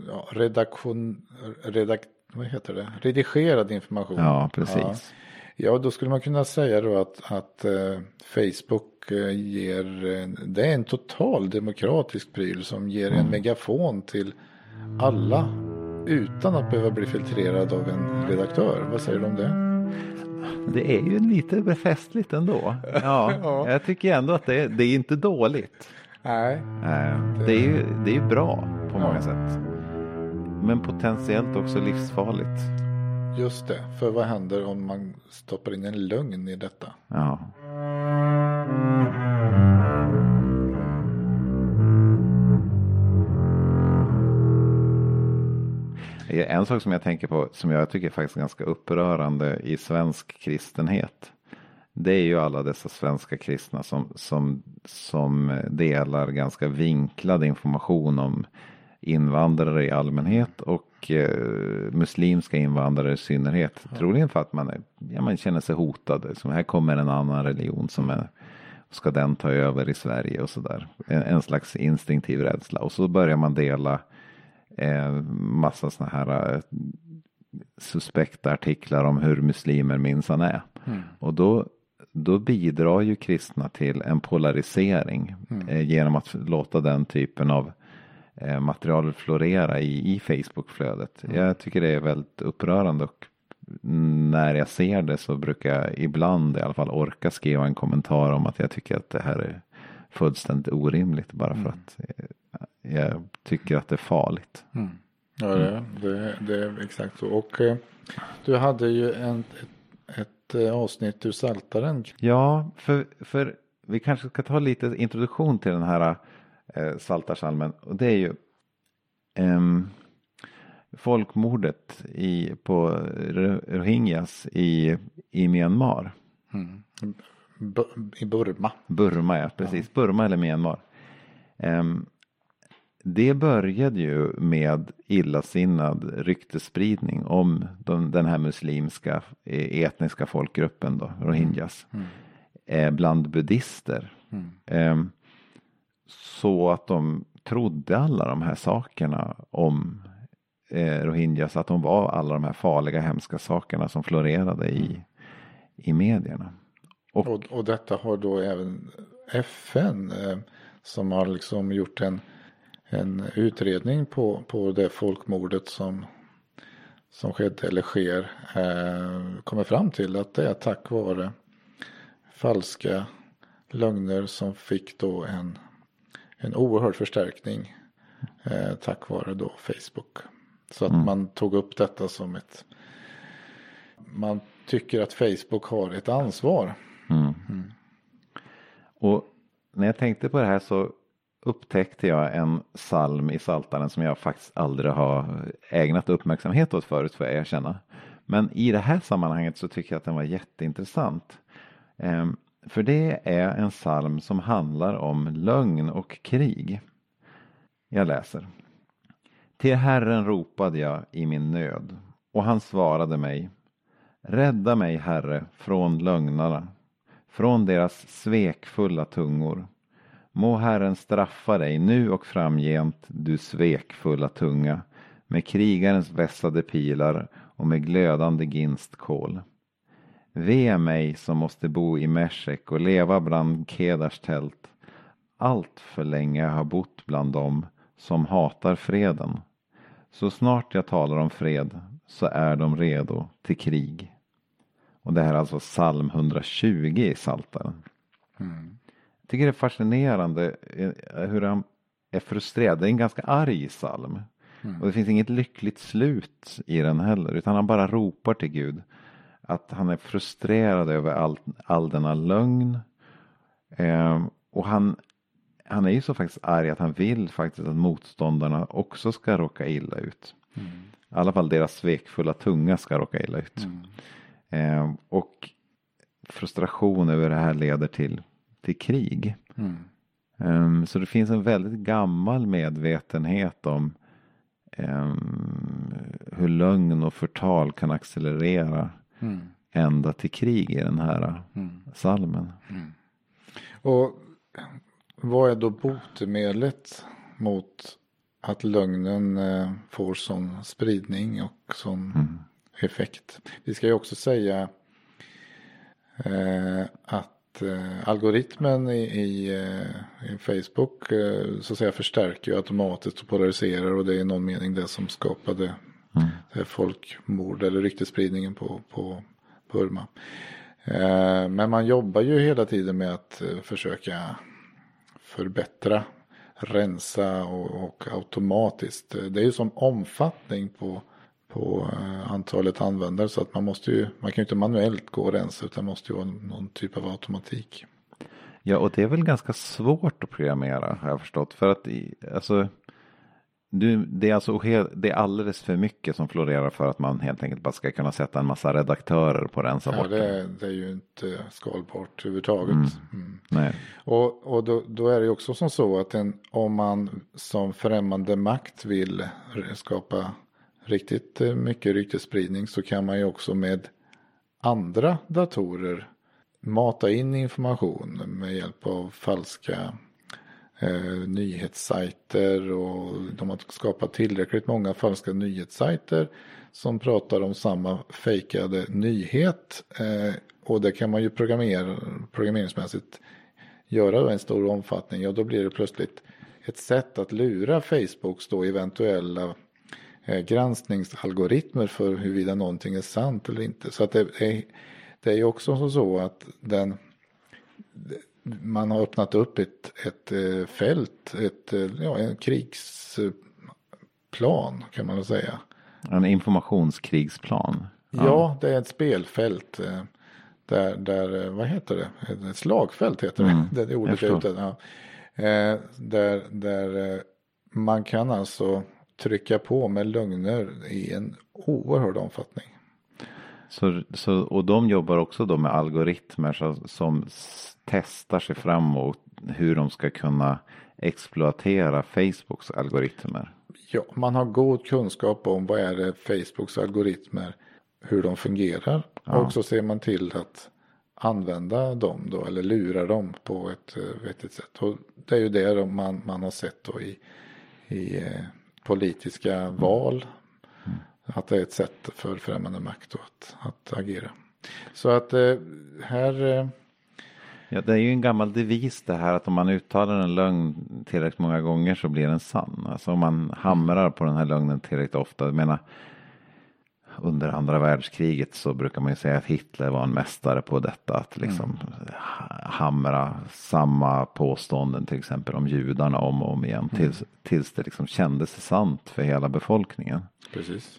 vad heter det? Redigerad information. Ja, precis. Ja, då skulle man kunna säga då att Facebook det är en total demokratisk pryl som ger en megafon till alla utan att behöva bli filtrerad av en redaktör. Vad säger du om det? Det är ju lite befästligt ändå. Ja. Jag tycker ändå att det är inte dåligt. Nej. Det är ju bra på många sätt. Men potentiellt också livsfarligt. Just det, för vad händer om man stoppar in en lögn i detta? Ja. En sak som jag tänker på som jag tycker är faktiskt ganska upprörande i svensk kristenhet. Det är ju alla dessa svenska kristna som delar ganska vinklad information om invandrare i allmänhet och muslimska invandrare i synnerhet. Troligen för att man känner sig hotad. Så här kommer en annan religion ska den ta över i Sverige och sådär. En slags instinktiv rädsla. Och så börjar man dela massa såna här suspekta artiklar om hur muslimer minsann är. Och då bidrar ju kristna till en polarisering genom att låta den typen av material florera i Facebook-flödet. Jag tycker det är väldigt upprörande och när jag ser det så brukar jag ibland i alla fall orka skriva en kommentar om att jag tycker att det här är fullständigt orimligt bara för att jag tycker att det är farligt. Ja, det är exakt så. Och du hade ju ett avsnitt ur Psaltaren. Ja, för vi kanske ska ta lite introduktion till den här Psaltarpsalmen. Och det är ju folkmordet på Rohingyas i Myanmar. I Burma. Burma, ja, precis. Ja. Burma eller Myanmar. Det började ju med illasinnad ryktesspridning om den här muslimska etniska folkgruppen då, Rohingyas. Bland buddister. Så att de trodde alla de här sakerna om Rohingyas, att de var alla de här farliga, hemska sakerna som florerade i medierna. Och detta har då även FN som har liksom gjort en utredning på det folkmordet som skedde eller sker, kommer fram till att det är tack vare falska lögner som fick då en oerhörd förstärkning tack vare då Facebook. Så att man tog upp detta som man tycker att Facebook har ett ansvar. Och när jag tänkte på det här så upptäckte jag en psalm i Psaltaren som jag faktiskt aldrig har ägnat uppmärksamhet åt förut, får jag erkänna. Men i det här sammanhanget så tycker jag att den var jätteintressant. För det är en psalm som handlar om lögn och krig. Jag läser. Till Herren ropade jag i min nöd, och han svarade mig. Rädda mig, Herre, från lögnarna, från deras svekfulla tungor. Må Herren straffa dig nu och framgent, du svekfulla tunga, med krigarens vässade pilar och med glödande ginstkål. Ve mig som måste bo i Meshek och leva bland Kedars tält. Allt för länge har bott bland dem som hatar freden. Så snart jag talar om fred så är de redo till krig. Och det här är alltså psalm 120 i Psaltaren. Jag tycker det är fascinerande hur han är frustrerad. Det är en ganska arg psalm. Och det finns inget lyckligt slut i den heller. Utan han bara ropar till Gud. Att han är frustrerad över all denna lögn. Och han är ju så faktiskt arg att han vill faktiskt att motståndarna också ska råka illa ut. I alla fall deras svekfulla tunga ska råka illa ut. Och frustration över det här leder till krig. Så det finns en väldigt gammal medvetenhet om hur lögn och förtal kan accelerera ända till krig i den här psalmen. Och vad är då botemedlet mot att lögnen får sån spridning och sån effekt? Vi ska ju också säga att algoritmen i Facebook så att säga förstärker ju automatiskt och polariserar, och det är i någon mening det som skapade folkmord eller ryktesspridningen på Burma. Men man jobbar ju hela tiden med att försöka förbättra, rensa och automatiskt. Det är ju som omfattning på antalet användare, så att man kan ju inte manuellt gå och rensa, utan måste ju ha någon typ av automatik. Ja, och det är väl ganska svårt att programmera, har jag förstått. För att det är alldeles för mycket som florerar för att man helt enkelt bara ska kunna sätta en massa redaktörer på rensa bort. Det är ju inte skalbart överhuvudtaget. Nej. Och då är det ju också som så att om man som främmande makt vill skapa riktigt mycket ryktesspridning, så kan man ju också med andra datorer mata in information med hjälp av falska nyhetssajter, och de har skapat tillräckligt många falska nyhetssajter som pratar om samma fejkade nyhet, och det kan man ju programmeringsmässigt göra i en stor omfattning. Ja, då blir det plötsligt ett sätt att lura Facebooks då eventuella granskningsalgoritmer för huruvida någonting är sant eller inte. Så att det är ju också så att man har öppnat upp ett fält, en krigsplan kan man väl säga. En informationskrigsplan. Ja, det är ett spelfält där vad heter det? Ett slagfält heter det. Det är ordet ute. Ja. Där man kan alltså trycka på med lögner i en oerhörd omfattning. Och de jobbar också då med algoritmer som testar sig framåt hur de ska kunna exploatera Facebooks algoritmer. Ja, man har god kunskap om vad är det Facebooks algoritmer, hur de fungerar. Ja. Och så ser man till att använda dem då, eller lura dem på ett vettigt sätt. Och det är ju det man har sett då i politiska val. Att det är ett sätt för främmande makt att agera. Så att här Ja, det är ju en gammal devis det här att om man uttalar en lögn tillräckligt många gånger så blir den sann. Alltså om man hamrar på den här lögnen tillräckligt ofta. Jag menar, under andra världskriget så brukar man ju säga att Hitler var en mästare på detta. Att liksom hamra samma påståenden till exempel om judarna om och om igen. Tills det liksom kändes sant för hela befolkningen. Precis.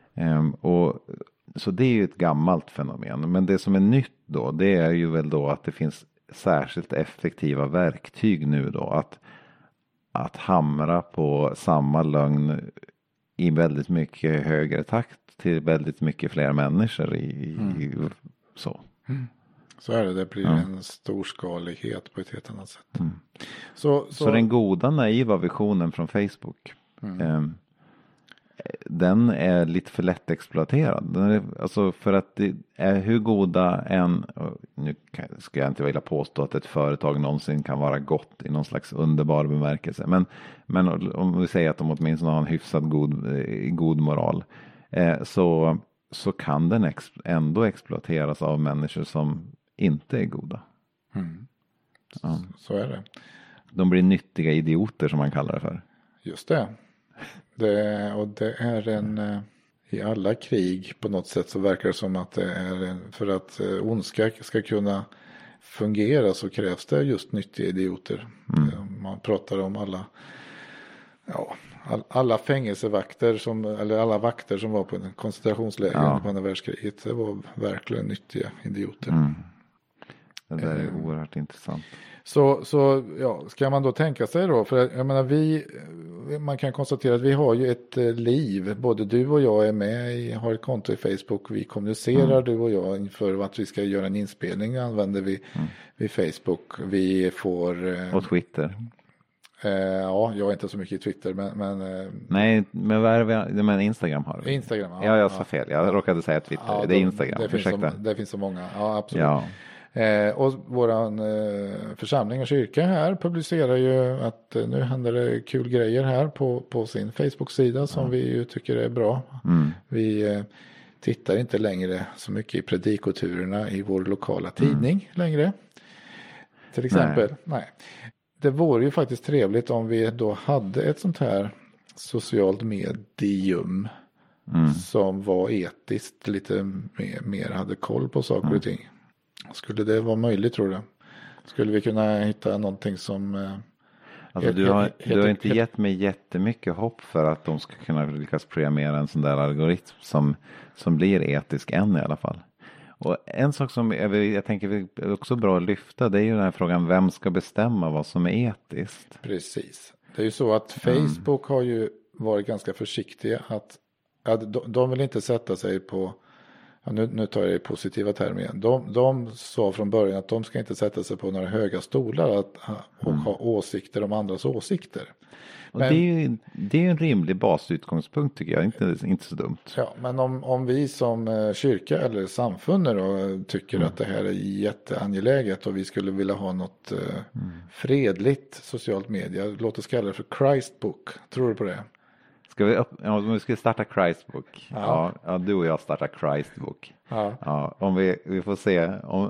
Så det är ju ett gammalt fenomen. Men det som är nytt då, det är ju väl då att det finns särskilt effektiva verktyg nu då. Att hamra på samma lögn i väldigt mycket högre takt till väldigt mycket fler människor så. Så är det blir en storskalighet på ett helt annat sätt. Så den goda naiva visionen från Facebook den är lite för lätt exploaterad. Alltså för att det är hur goda nu ska jag inte vilja påstå att ett företag någonsin kan vara gott i någon slags underbar bemärkelse. Men om vi säger att de åtminstone har en hyfsad god moral så kan den ändå exploateras av människor som inte är goda. Så är det. De blir nyttiga idioter som man kallar det för. Just det. Det är i alla krig på något sätt så verkar det som att det är för att ondska ska kunna fungera så krävs det just nyttiga idioter. Man pratar om alla fängelsevakter eller alla vakter som var på en koncentrationsläger på andra världskriget. Det var verkligen nyttiga idioter. Det där är oerhört intressant. Så ska man då tänka sig då, för jag menar man kan konstatera att vi har ju ett liv, både du och jag är med, har ett konto i Facebook, vi kommunicerar du och jag inför att vi ska göra en inspelning använder vi Facebook, vi får... Och Twitter. Jag är inte så mycket i Twitter men nej, men vad är det med Instagram har du? Instagram, jag sa fel, jag råkade säga Twitter, det är Instagram, det finns så många, absolut. Och våran församling och kyrka här publicerar ju att nu händer det kul grejer här på sin Facebook-sida som vi ju tycker är bra. Vi tittar inte längre så mycket i predikoturerna i vår lokala tidning längre. Till exempel. Nej. Det vore ju faktiskt trevligt om vi då hade ett sånt här socialt medium som var etiskt lite mer hade koll på saker och ting. Skulle det vara möjligt tror du? Skulle vi kunna hitta någonting som... Alltså du har inte gett mig jättemycket hopp för att de ska kunna lyckas programmera en sån där algoritm som blir etisk än i alla fall. Och en sak som jag tänker är också bra att lyfta, det är ju den här frågan, vem ska bestämma vad som är etiskt? Precis. Det är ju så att Facebook har ju varit ganska försiktiga att de vill inte sätta sig på, nu tar jag det i positiva termer igen. De sa från början att de ska inte sätta sig på några höga stolar och ha åsikter om andras åsikter. Men, det är ju en rimlig basutgångspunkt tycker jag, inte så dumt. Ja, men om vi som kyrka eller samfundet då tycker att det här är jätteangeläget och vi skulle vilja ha något fredligt socialt media, låt oss kalla det för Christbook. Tror du på det? Om vi ska starta Christbook. Ja, du och jag startar Christbook. Ja, om vi får se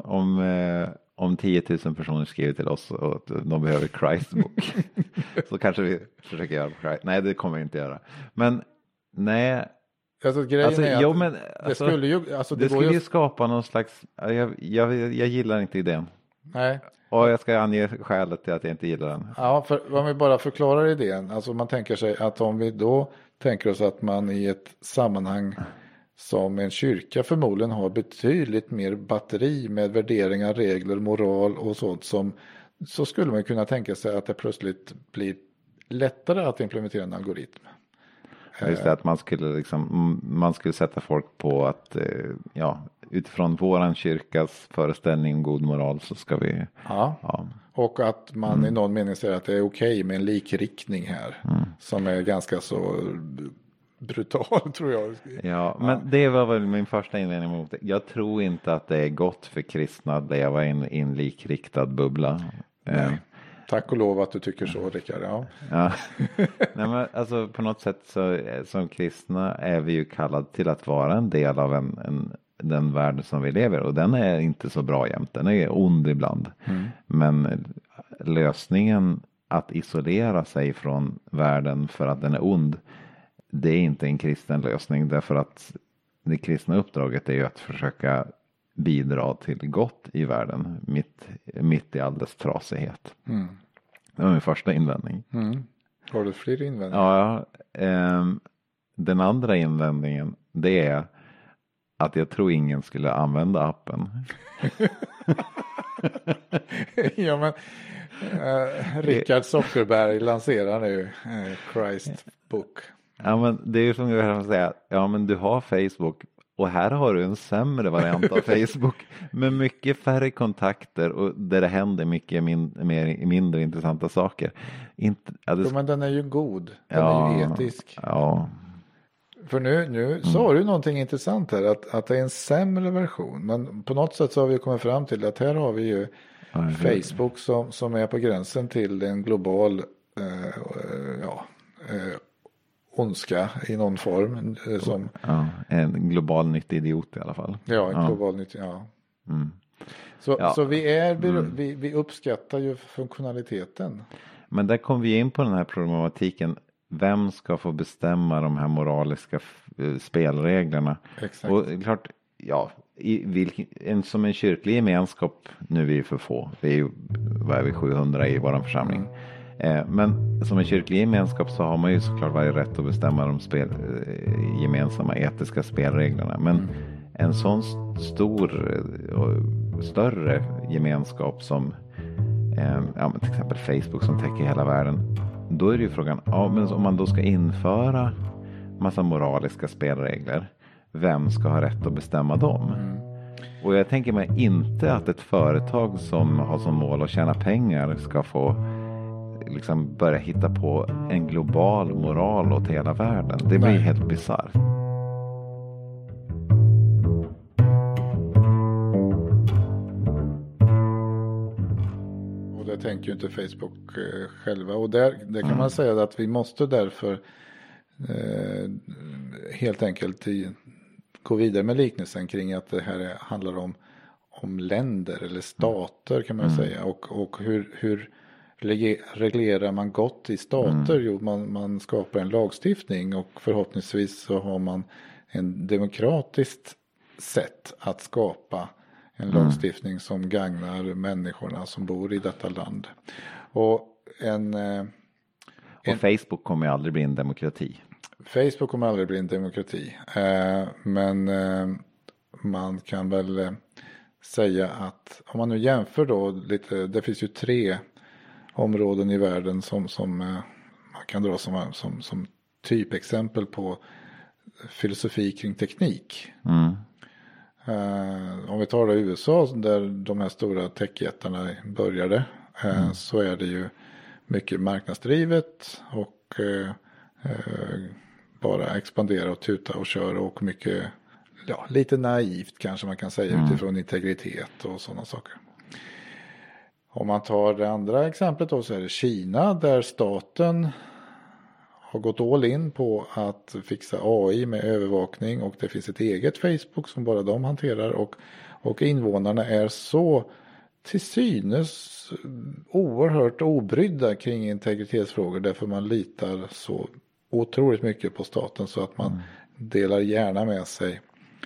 om 10 000 personer skriver till oss och att de behöver Christbook så kanske vi försöker göra Christ. Nej, det kommer vi inte göra. Men nej. Alltså grejen är att det skulle ju skapa någon slags, jag gillar inte idén. Nej. Och jag ska ange skälet till att jag inte gillar den. Ja, för om vi bara förklarar idén. Alltså man tänker sig att om vi då tänker oss att man i ett sammanhang som en kyrka förmodligen har betydligt mer batteri med värderingar, regler, moral och sånt så skulle man kunna tänka sig att det plötsligt blir lättare att implementera en algoritm. Just det, att man skulle sätta folk på att utifrån våran kyrkas föreställning om god moral så ska vi... Ja. Och att man i någon mening säger att det är okej med en likriktning här som är ganska så brutal tror jag. Ja, men det var väl min första invändning mot det. Jag tror inte att det är gott för kristna att leva i en likriktad bubbla. Nej. Tack och lov att du tycker så, Rickard. Ja. Nej, men alltså på något sätt så som kristna är vi ju kallade till att vara en del av en den värld som vi lever. Och den är inte så bra jämt. Den är ond ibland. Men lösningen att isolera sig från världen för att den är ond, det är inte en kristen lösning. Därför att det kristna uppdraget är ju att försöka bidra till gott i världen. Mitt i all dess trasighet. Det var min första invändning. Har du fler invändningar? Ja, den andra invändningen, det är att jag tror ingen skulle använda appen. Ja, men Rickard Zuckerberg lanserar nu Christ Book. Ja, men det är ju som jag säga, ja men du har Facebook och här har du en sämre variant av Facebook med mycket färre kontakter och där det händer mycket mindre intressanta saker. Men den är ju god, den är ju etisk. Ja. För nu sa du någonting intressant här, att det är en sämre version. Men på något sätt så har vi kommit fram till att här har vi ju Facebook som är på gränsen till en global ondska i någon form. En global nyttig idiot i alla fall. Ja, en global nyttig, Så vi uppskattar ju funktionaliteten. Men där kom vi in på den här problematiken. Vem ska få bestämma de här moraliska spelreglerna? Exakt. Och klart, som en kyrklig gemenskap, nu är vi för få. Vi är ju, vad är vi, 700 i vår församling. Men som en kyrklig gemenskap så har man ju såklart varje rätt att bestämma de gemensamma etiska spelreglerna. Men en sån större gemenskap som till exempel Facebook som täcker hela världen, då är det ju frågan, men om man då ska införa massa moraliska spelregler, vem ska ha rätt att bestämma dem? Och jag tänker mig inte att ett företag som har som mål att tjäna pengar ska få liksom börja hitta på en global moral åt hela världen. Det blir helt bisarrt. Och det tänker ju inte Facebook själva. Och där kan man säga att vi måste därför helt enkelt gå vidare med liknelsen kring att det här handlar om länder eller stater kan man säga. Och hur reglerar man gott i stater? Jo, man skapar en lagstiftning och förhoppningsvis så har man en demokratiskt sätt att skapa en lagstiftning som gagnar människorna som bor i detta land. Och Facebook kommer ju aldrig bli en demokrati. Facebook kommer aldrig bli en demokrati. Men man kan väl säga att om man nu jämför då lite, det finns ju 3 områden i världen som man kan dra som typexempel på filosofi kring teknik. Om vi tar det i USA där de här stora techjättarna började, så är det ju mycket marknadsdrivet och bara expandera och tuta och köra och mycket, lite naivt kanske man kan säga utifrån integritet och sådana saker. Om man tar det andra exemplet då så är det Kina där staten har gått all in på att fixa AI med övervakning och det finns ett eget Facebook som bara de hanterar och invånarna är så till synes oerhört obrydda kring integritetsfrågor därför man litar så otroligt mycket på staten så att man delar gärna med sig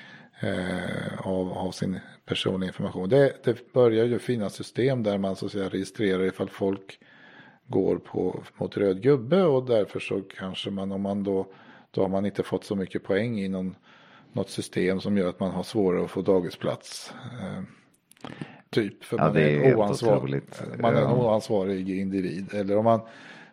av sin personliga information. Det börjar ju finnas system där man så att säga registrerar ifall folk går mot röd gubbe och därför så kanske då har man inte fått så mycket poäng i något system som gör att man har svårare att få dagisplats. Typ för man är en oansvarig individ eller om man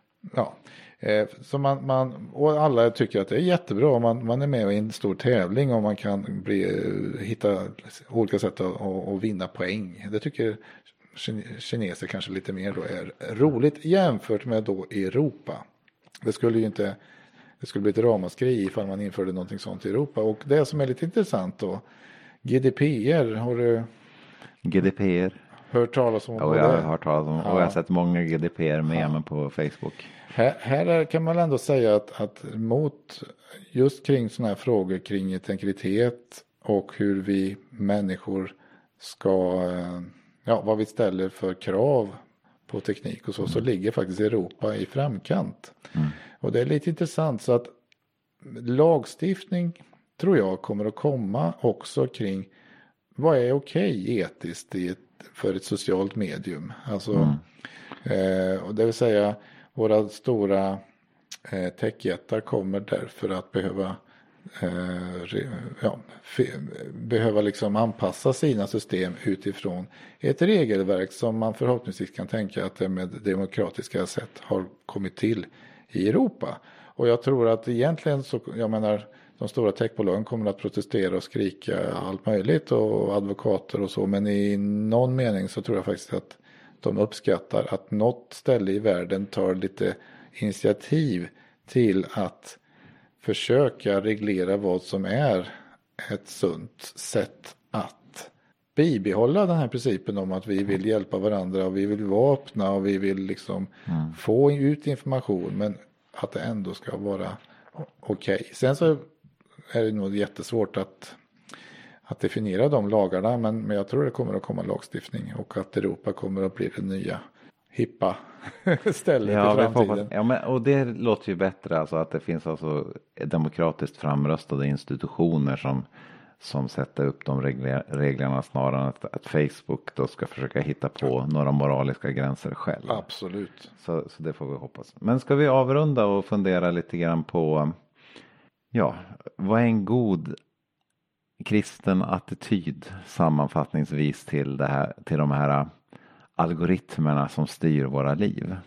så man och alla tycker att det är jättebra om man är med i en stor tävling och man kan hitta olika sätt att vinna poäng. Det tycker kineser kanske lite mer då är roligt jämfört med då Europa. Det skulle bli ett ramaskri ifall man införde någonting sånt i Europa. Och det som är lite intressant då, GDPR, har du hört talas om? Ja, jag har hört talas om och jag har sett många GDPR-memen på Facebook. Här kan man ändå säga att mot just kring sådana här frågor kring integritet och hur vi människor ska, vad vi ställer för krav på teknik och så ligger faktiskt Europa i framkant. Och det är lite intressant, så att lagstiftning tror jag kommer att komma också kring vad är okej etiskt för ett socialt medium. Alltså, och det vill säga våra stora techjättar kommer därför att behöva liksom anpassa sina system utifrån ett regelverk som man förhoppningsvis kan tänka att det med demokratiska sätt har kommit till i Europa. Och jag tror att egentligen så, jag menar, de stora techbolagen kommer att protestera och skrika allt möjligt och advokater och så, men i någon mening så tror jag faktiskt att de uppskattar att något ställe i världen tar lite initiativ till att försöka reglera vad som är ett sunt sätt att bibehålla den här principen om att vi vill hjälpa varandra och vi vill vara öppna och vi vill liksom få ut information, men att det ändå ska vara okej. Sen så är det nog jättesvårt att definiera de lagarna, men jag tror det kommer att komma lagstiftning och att Europa kommer att bli det nya hippa stället i framtiden. Och det låter ju bättre, alltså att det finns alltså demokratiskt framröstade institutioner som sätter upp de reglerna snarare än att Facebook då ska försöka hitta på några moraliska gränser själv. Absolut. Så det får vi hoppas. Men ska vi avrunda och fundera lite grann på vad är en god kristen attityd sammanfattningsvis till de här algoritmerna som styr våra liv?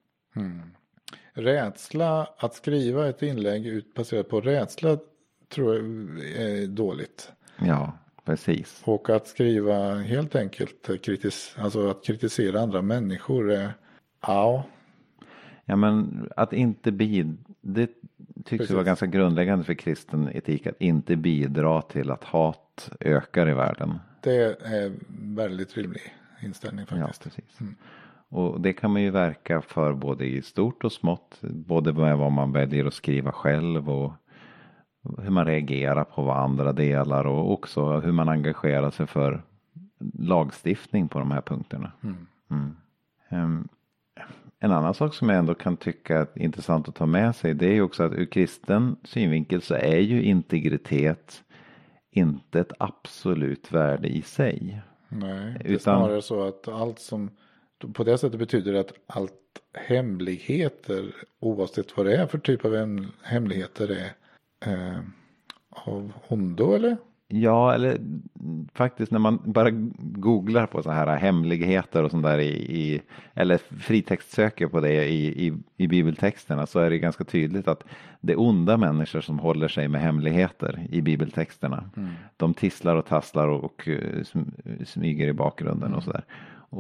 Rädsla, att skriva ett inlägg baserat på rädsla tror jag är dåligt. Ja, precis. Och att skriva helt enkelt alltså att kritisera andra människor är Ja, men att inte det tycks ju vara ganska grundläggande för kristen etik att inte bidra till att hat ökar i världen. Det är väldigt rimlig inställning faktiskt. Ja, precis. Och det kan man ju verka för både i stort och smått. Både med vad man väljer att skriva själv och hur man reagerar på vad andra delar och också hur man engagerar sig för lagstiftning på de här punkterna. En annan sak som jag ändå kan tycka är intressant att ta med sig, det är ju också att ur kristen synvinkel så är ju integritet inte ett absolut värde i sig. Nej, det är snarare så att allt som, på det sättet betyder det att allt hemligheter, oavsett vad det är för typ av hemligheter, är av ondo, eller? Ja, eller faktiskt när man bara googlar på så här hemligheter och sånt där eller fritextsöker på det i bibeltexterna, så är det ganska tydligt att det är onda människor som håller sig med hemligheter i bibeltexterna. De tisslar och tasslar och smyger i bakgrunden och sådär.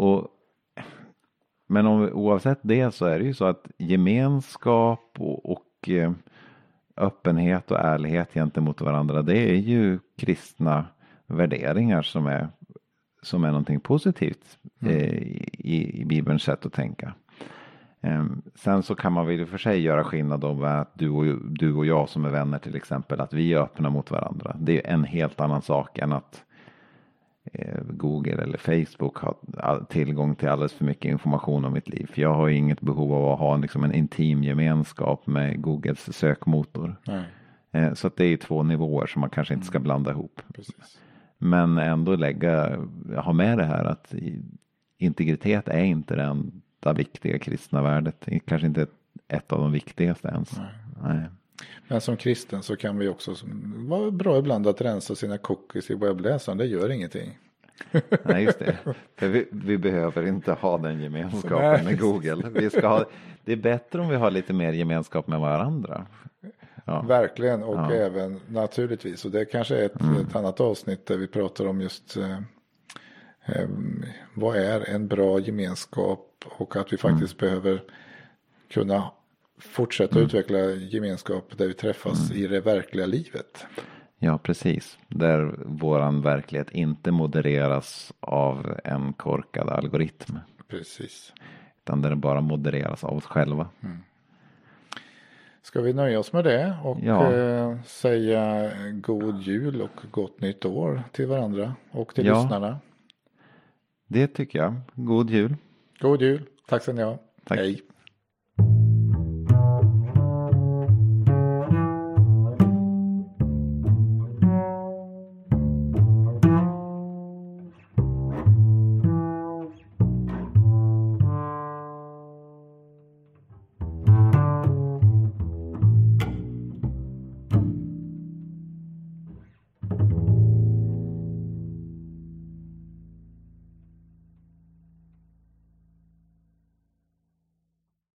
Men oavsett det så är det ju så att gemenskap och öppenhet och ärlighet gentemot varandra, det är ju kristna värderingar som är någonting positivt i Bibelns sätt att tänka. Sen så kan man väl för sig göra skillnad om att du och jag som är vänner till exempel, att vi är öppna mot varandra. Det är en helt annan sak än att Google eller Facebook har tillgång till alldeles för mycket information om mitt liv. För jag har ju inget behov av att ha liksom en intim gemenskap med Googles sökmotor. Nej. Så att det är 2 nivåer som man kanske inte ska blanda ihop. Precis. Men ändå ha med det här att integritet är inte det enda viktiga kristna värdet. Kanske inte ett av de viktigaste ens. Nej. Men som kristen så kan vi också vara bra ibland att rensa sina cookies i webbläsaren. Det gör ingenting. Nej, just det. För vi behöver inte ha den gemenskapen med Google. Det är bättre om vi har lite mer gemenskap med varandra. Ja. Verkligen, och även naturligtvis. Och det kanske är ett annat avsnitt där vi pratar om just vad är en bra gemenskap, och att vi faktiskt behöver kunna fortsätta utveckla gemenskap där vi träffas i det verkliga livet. Ja, precis. Där våran verklighet inte modereras av en korkad algoritm. Precis. Utan där den bara modereras av oss själva. Ska vi nöja oss med det och Ja. säga god jul och gott nytt år till varandra och till Ja. lyssnarna? Det tycker jag. God jul. God jul. Tack så ni ha. Tack. Hej.